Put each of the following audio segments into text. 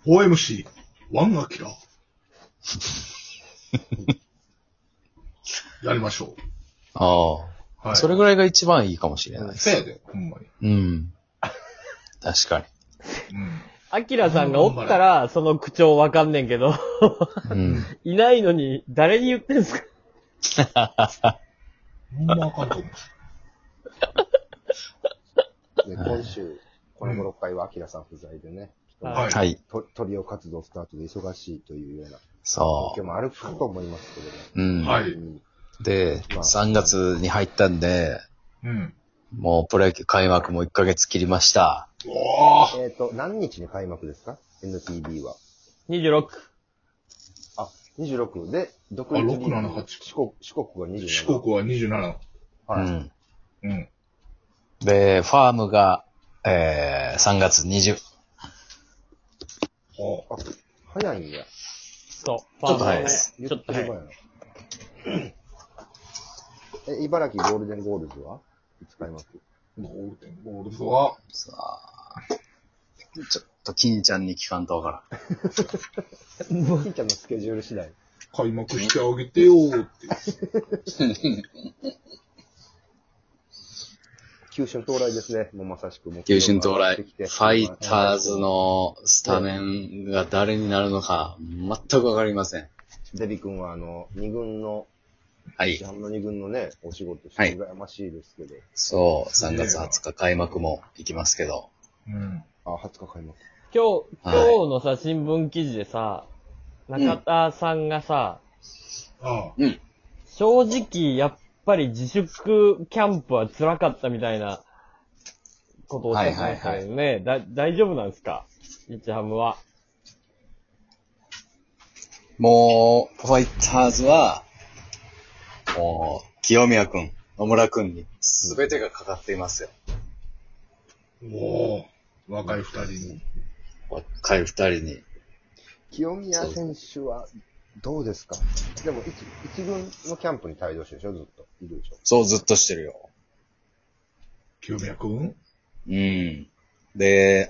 4MC、ワンアキラ。やりましょああ。 う。はい。 それぐらいが一番いいかもしれないです。 せやで、ほんまに。 うん。確かに。 うん。 アキラさんがおったら、その口調わかんねんけど、 うん。 いないのに、誰に言ってんすか？ ほんまあかんと思う。 で今週、この5、6回はアキラさん不在でね、 はいはい。 トリオ活動スタートで忙しいというようなそ状況もあるかと思いますけれど。 う。うん。 はい。 うんで、 まあ 3月に入ったんで、 うん。 もうプロ野球開幕も1ヶ月切りました。 おー。 何日に開幕ですか ?NTB は。 26。 あ、26で、独立リーグあ6 7 8 四国が27。 四国は27。 はい。 うん。 うん。 で、ファームが、3月20。 おあ、早いんや。 そう。 ちょっと早いですちょっと早い。 言ってる前やな茨城ゴールデンゴールズはいつ開幕？ ゴールデンゴールズは、 さあ、ちょっと金ちゃんに聞かんとわからん。 金ちゃんのスケジュール次第。 開幕してあげてよーって。 九春到来ですね。もうまさしく。 九春到来。フ目標が上がってきてァイターズのスタメンが誰になるのか、全くわかりません。 デビ君は二軍の、 はい市。販の二軍のね、お仕事してはい羨ましいですけど。 そう、3月20日開幕も行きますけど。 うん。 あ、20日開幕。 今はい日のさ、新聞記事でさ、中田さんがさ、 ああ。 うん。 正直、やっぱり自粛キャンプは辛かったみたいなことをおっしゃってましたけどね。大丈夫なんですか？日ハムは。 もう、ファイターズは、もう、清宮くん、野村くんに全てがかかっていますよ。 おー。若い二人に。 若い二人に。 清宮選手はどうですか？でも一軍のキャンプに帯同してるでしょ？ずっと。いるでしょ？ そう、ずっとしてるよ。 清宮くんうん。で、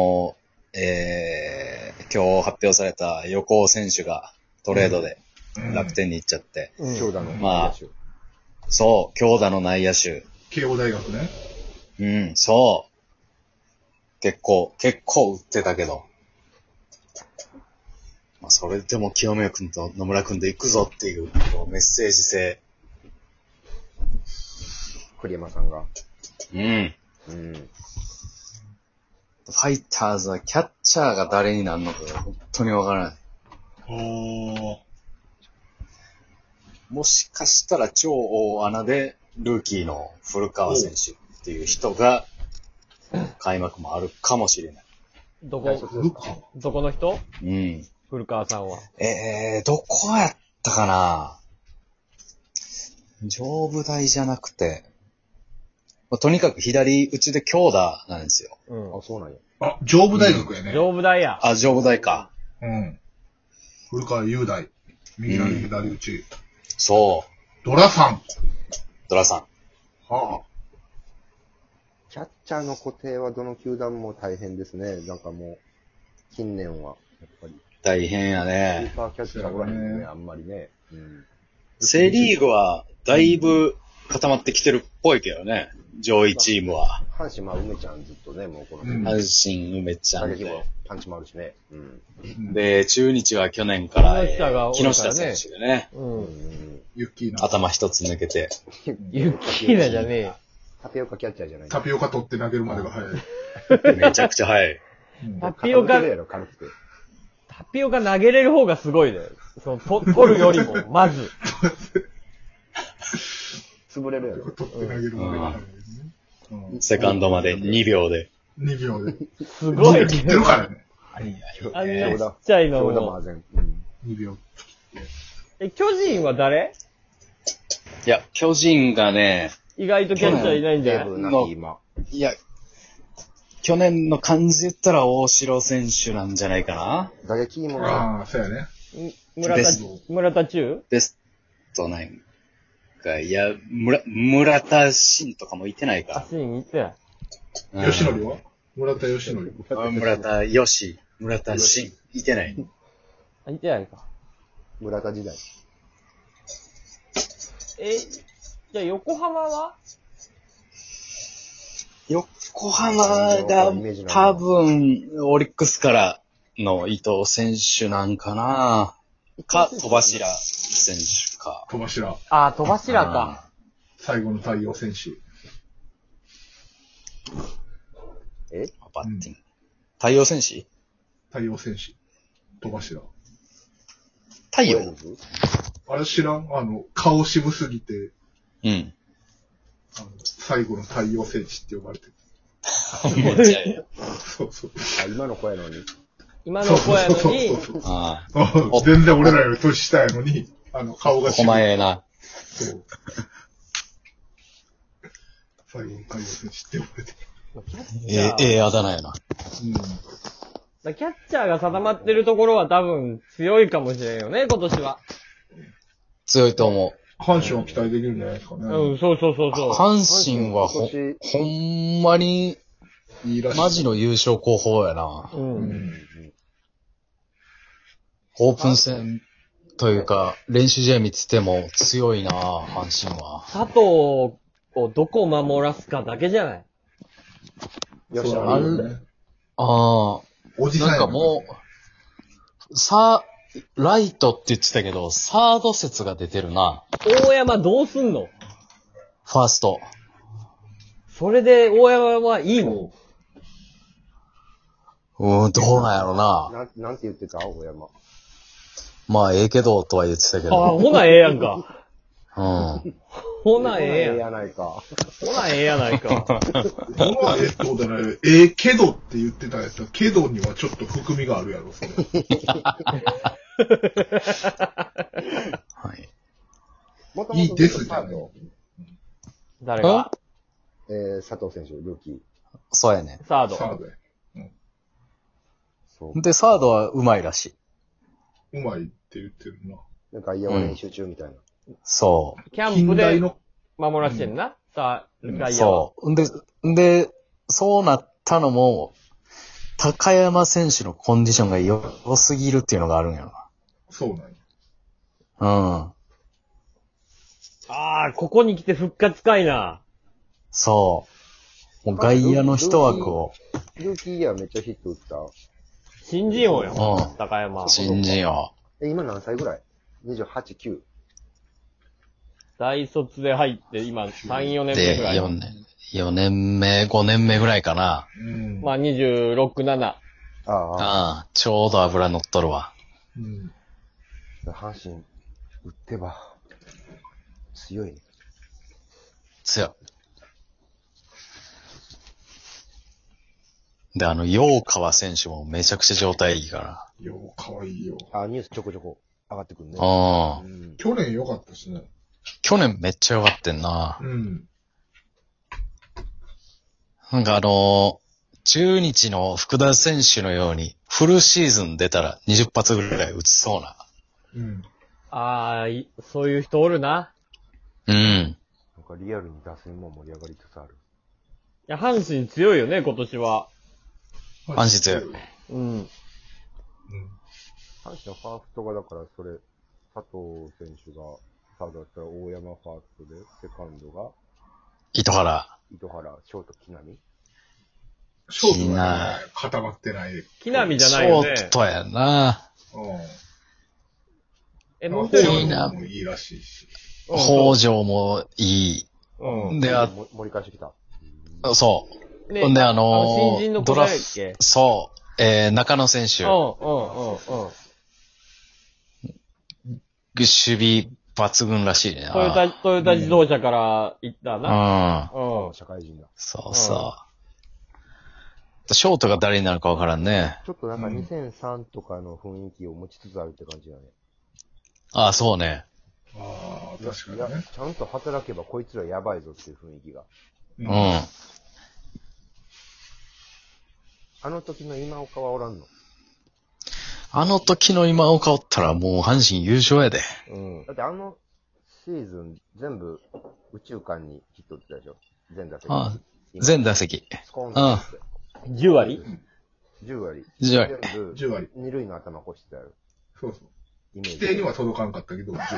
今日発表された横尾選手がトレードで楽天に行っちゃって、 強打のまあ野手。 そう、強打の内野手。 慶応大学ね。 うん、そう。結構打ってたけど。まあ、それでも清宮くんと野村くんで行くぞっていう、こうメッセージ性。 栗山さんが。 うん。 うん。 ファイターズはキャッチャーが誰になるのか本当にわからない。 おー。 もしかしたら超大穴でルーキーの古川選手っていう人が開幕もあるかもしれない。 ど大卒この人？ うん。 古川さんは。 どこやったかな？上武大じゃなくて、まあとにかく左打ちで強打なんですよ。 うんあ、。そうなんや。 あ、上武大学やね。 丈夫大や。 あ、上武大か。 うん。古川雄大。右投げ左打ち。 そう。 ドラさん。 ドラさん。 はキャッチャーの固定はどの球団も大変ですね。なんかもう、近年は、やっぱり。 大変やスーね。 パーキャッチャーおらへんよね、 そうやねあんまりね。うん。 セリーグはだいぶ固まってきてるっぽいけどね。上位チームは。 阪神、まあ、梅ちゃんずっとね、もうこの、 うん阪神梅ちゃん打撃もで。 パンチもあるしね。うん。 あ。 で、中日は去年から、 木下がおるからね木下選手でね。 う。 うんん。 ユッキーナ。 頭一つ抜けて。 ユッキーナじゃねえよ。 タピオカキャッチャーじゃない。 タピオカ取って投げるまでが早い。 めちゃくちゃ速い。 うんタピオカ軽くてるやろ、軽くて。 タピオカ投げれる方がすごいね。取るよりも、まず。 潰れるやろ。 取って投げるまでが早いですね。うんセカンドまで2秒で。 2秒で。 すごい切ってるからね。 あんなちっちゃいのも。 強打マーゼン。うん。 2秒。 巨人は誰？ いや、巨人がね、 意外とキャッチャーいないんじゃない？ デーブなき今。 いや、去年の感じで言ったら大城選手なんじゃないかな。 打撃いいもんね。 ああ、そうやね。 村田ベス、 村田中？ ベストナインか。いや、村田真とかもいてないあ、 か。 シーンいってない。 吉典は村田吉典。 村田よし、村田真。 いてない。 あ、いてないか。 村田時代。 じゃあ横浜は横浜が多分、オリックスからの伊藤選手なんかなか、戸柱選手か。 戸柱。 あ、戸柱か。 最後の太陽戦士。 バッティング。太陽戦士太陽戦士。戸柱。 太陽あれ知らん？顔渋すぎて、 うん。 最後の太陽戦士って呼ばれてる。 めっちゃいい。 そうそう。 あ、今の子やのに。 今の子やのに、 あ全然俺らより年下やのに、顔がお前な。 そう。最後の太陽戦士って呼ばれてる。 あだ名やな。 キャッチャーが定まってるところは多分強いかもしれんよね、今年は。 強いと思う。 阪神は期待できるんじゃないですかね。 うん、そう。 阪神はほんまに、 いいらしい。 マジの優勝候補やな。オープン戦というか、練習試合見てても強いな、阪神は。 佐藤をどこ守らすかだけじゃない。 よし、 そうだね。 ああ。 おじさんやなんかもう、ライトって言ってたけど、サード説が出てるな。 大山どうすんの？ ファースト。 それで大山はいいの？ どうなんやろな。 なんて言ってた大山。 まあ、ええけど、とは言ってたけど。 あ、ほなええやんか。 うん。 ほなええやん。 やないか。 ほなええやないか。 そうだね。けどって言ってたやつは、けどにはちょっと含みがあるやろ、それ。 はい。 いいですじゃない。 誰が？ 佐藤選手、ルーキー。 そうやね。 サード。 サードや。 そう。 で、サードは上手いらしい。 うまいって言ってるな。 なんか、外野は練習中みたいな。 そキャンプで近代の、 守らしてんな。さあ、外野は。 そう。で、そうなったのも、高山選手のコンディションが良すぎるっていうのがあるんやろそうなんや。 な。 ああ、ここに来て復活かいな。 そう。もう外野の一枠を。 ルーキーイヤーめっちゃヒット打った。 新人王よ。 うん高山。 新人王。 今何歳ぐらい？ 28、9。 大卒で入って、今、3、4年目で、 ぐらい。 4年目、5年目ぐらいかな。 うん。 まあ、26、7。 ああ、 ああ、ちょうど油乗っとるわ。 うん。 阪神、打ってば、強いね。 強い。で、陽川選手もめちゃくちゃ状態いいかよう、かわいいよ。 あ、ニュースちょこちょこ上がってくるね。 ら。 ううん。 ん。 去年良かったしね。 去年めっちゃ良かったんな。 うん。 なんか中日の福田選手のように、フルシーズン出たら20発ぐらい打ちそうな。 うん。 ああ、そういう人おるな。 うん。 なんかリアルに打線も盛り上がりつつある。 いや、阪神強いよね、今年は。 阪神強い。 うん。 うん。 阪神のファーストがだからそれ、佐藤選手がサードだったら大山ファーストで、セカンドが糸原。 糸原、ショート木浪。 ショートがね、固まってない。 木浪じゃシないよね。 ョートやな。 うん。 もう一北人。 条もいいらしいし。 北条もいい。 うん。 で、 盛り返してきた。 そう。 ねほんで新人の子ドラフ誰だっけ？ そう。中野選手。 うん。 守備抜群らしいね。 トヨタ自動車から行ったな。 うん。 うん。 社会人だ。 そうそう。ショートが誰になるかわからんね。 ちょっとなんか2003とかの雰囲気を持ちつつあるって感じだね。 ああ、そうね。 ああ、確いやかにね。 ちゃんと働けばこいつらやばいぞっていう雰囲気が。 うん。 あの時の今岡はおらんの。 あの時の今岡おったらもう阪神優勝やで。 うん。 だってあのシーズン全部宇宙間にヒット打ってたでしょ。全打席。 ああ全打席。 スコーンと打って。 10割 10割。 10割。 全部、 10割。 二塁の頭越してある。 そうそう。 イメージ。 規定には届かんかったけど、10割。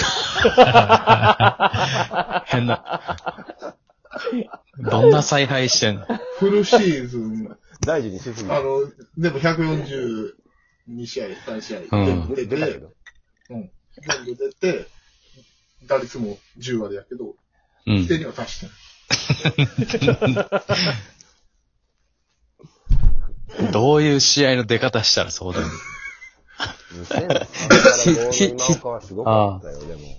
変な。どんな采配してんの？ フルシーズン、 大事にしすぎて。 でも142試合、3試合、 うん全部出て、 出たけど。 全部出て、打率も10割やけど、 うん規。定には達してない。 どういう試合の出方したらそうだよ。 2003から5の今岡はすごかったよ、でも。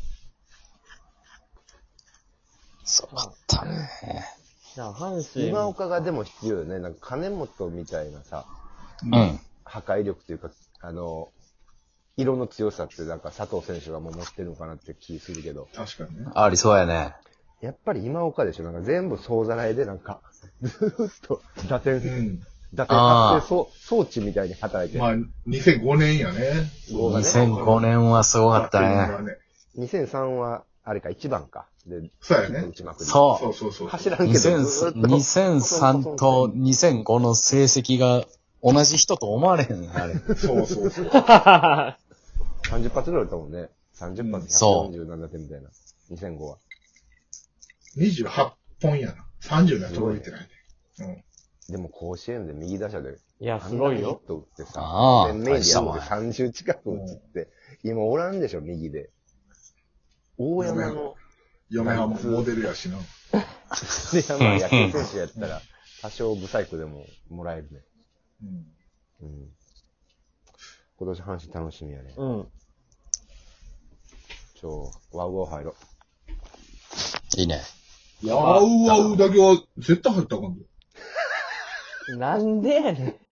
そうだったね。 じゃあ、阪神。 今岡がでも必要よね。なんか金本みたいなさ、 うん。 破壊力というか、色の強さってなんか佐藤選手がもう持ってるのかなって気するけど。 確かにね。 ありそうやね。 やっぱり今岡でしょ。なんか全部総ざらいでなんか、ずーっと打点、 うん。 打点達成装置みたいに働いてる。 まあ、2005年やね。 2005年はすごかったね。 2003は、あれか、1番か。で、 そうやね打ちまくり。 そう。 そう。 走らんけど、ずーっと。 2003と2005の成績が同じ人と思われへん、あれ。 そう。 30発ぐらい打ったもんね。30発そう 147点みたいな。2005は。 28本やな。30には届いてないね。 でも甲子園で右打者で、 いや、すごいよ。 ヒット打ってさ、 ああメインでやって大したもん 30近く打つって、今おらんでしょ、右で。大山の、 嫁はんもモデルやしな。 で、まあ野球選手やったら、多少ブサイクでももらえるね。 うん。 うん。今年阪神楽しみやね。 うん。 ワウワウ入ろいいね。 ワウワウだけは絶対入ったらあかんで。 なんでやねん。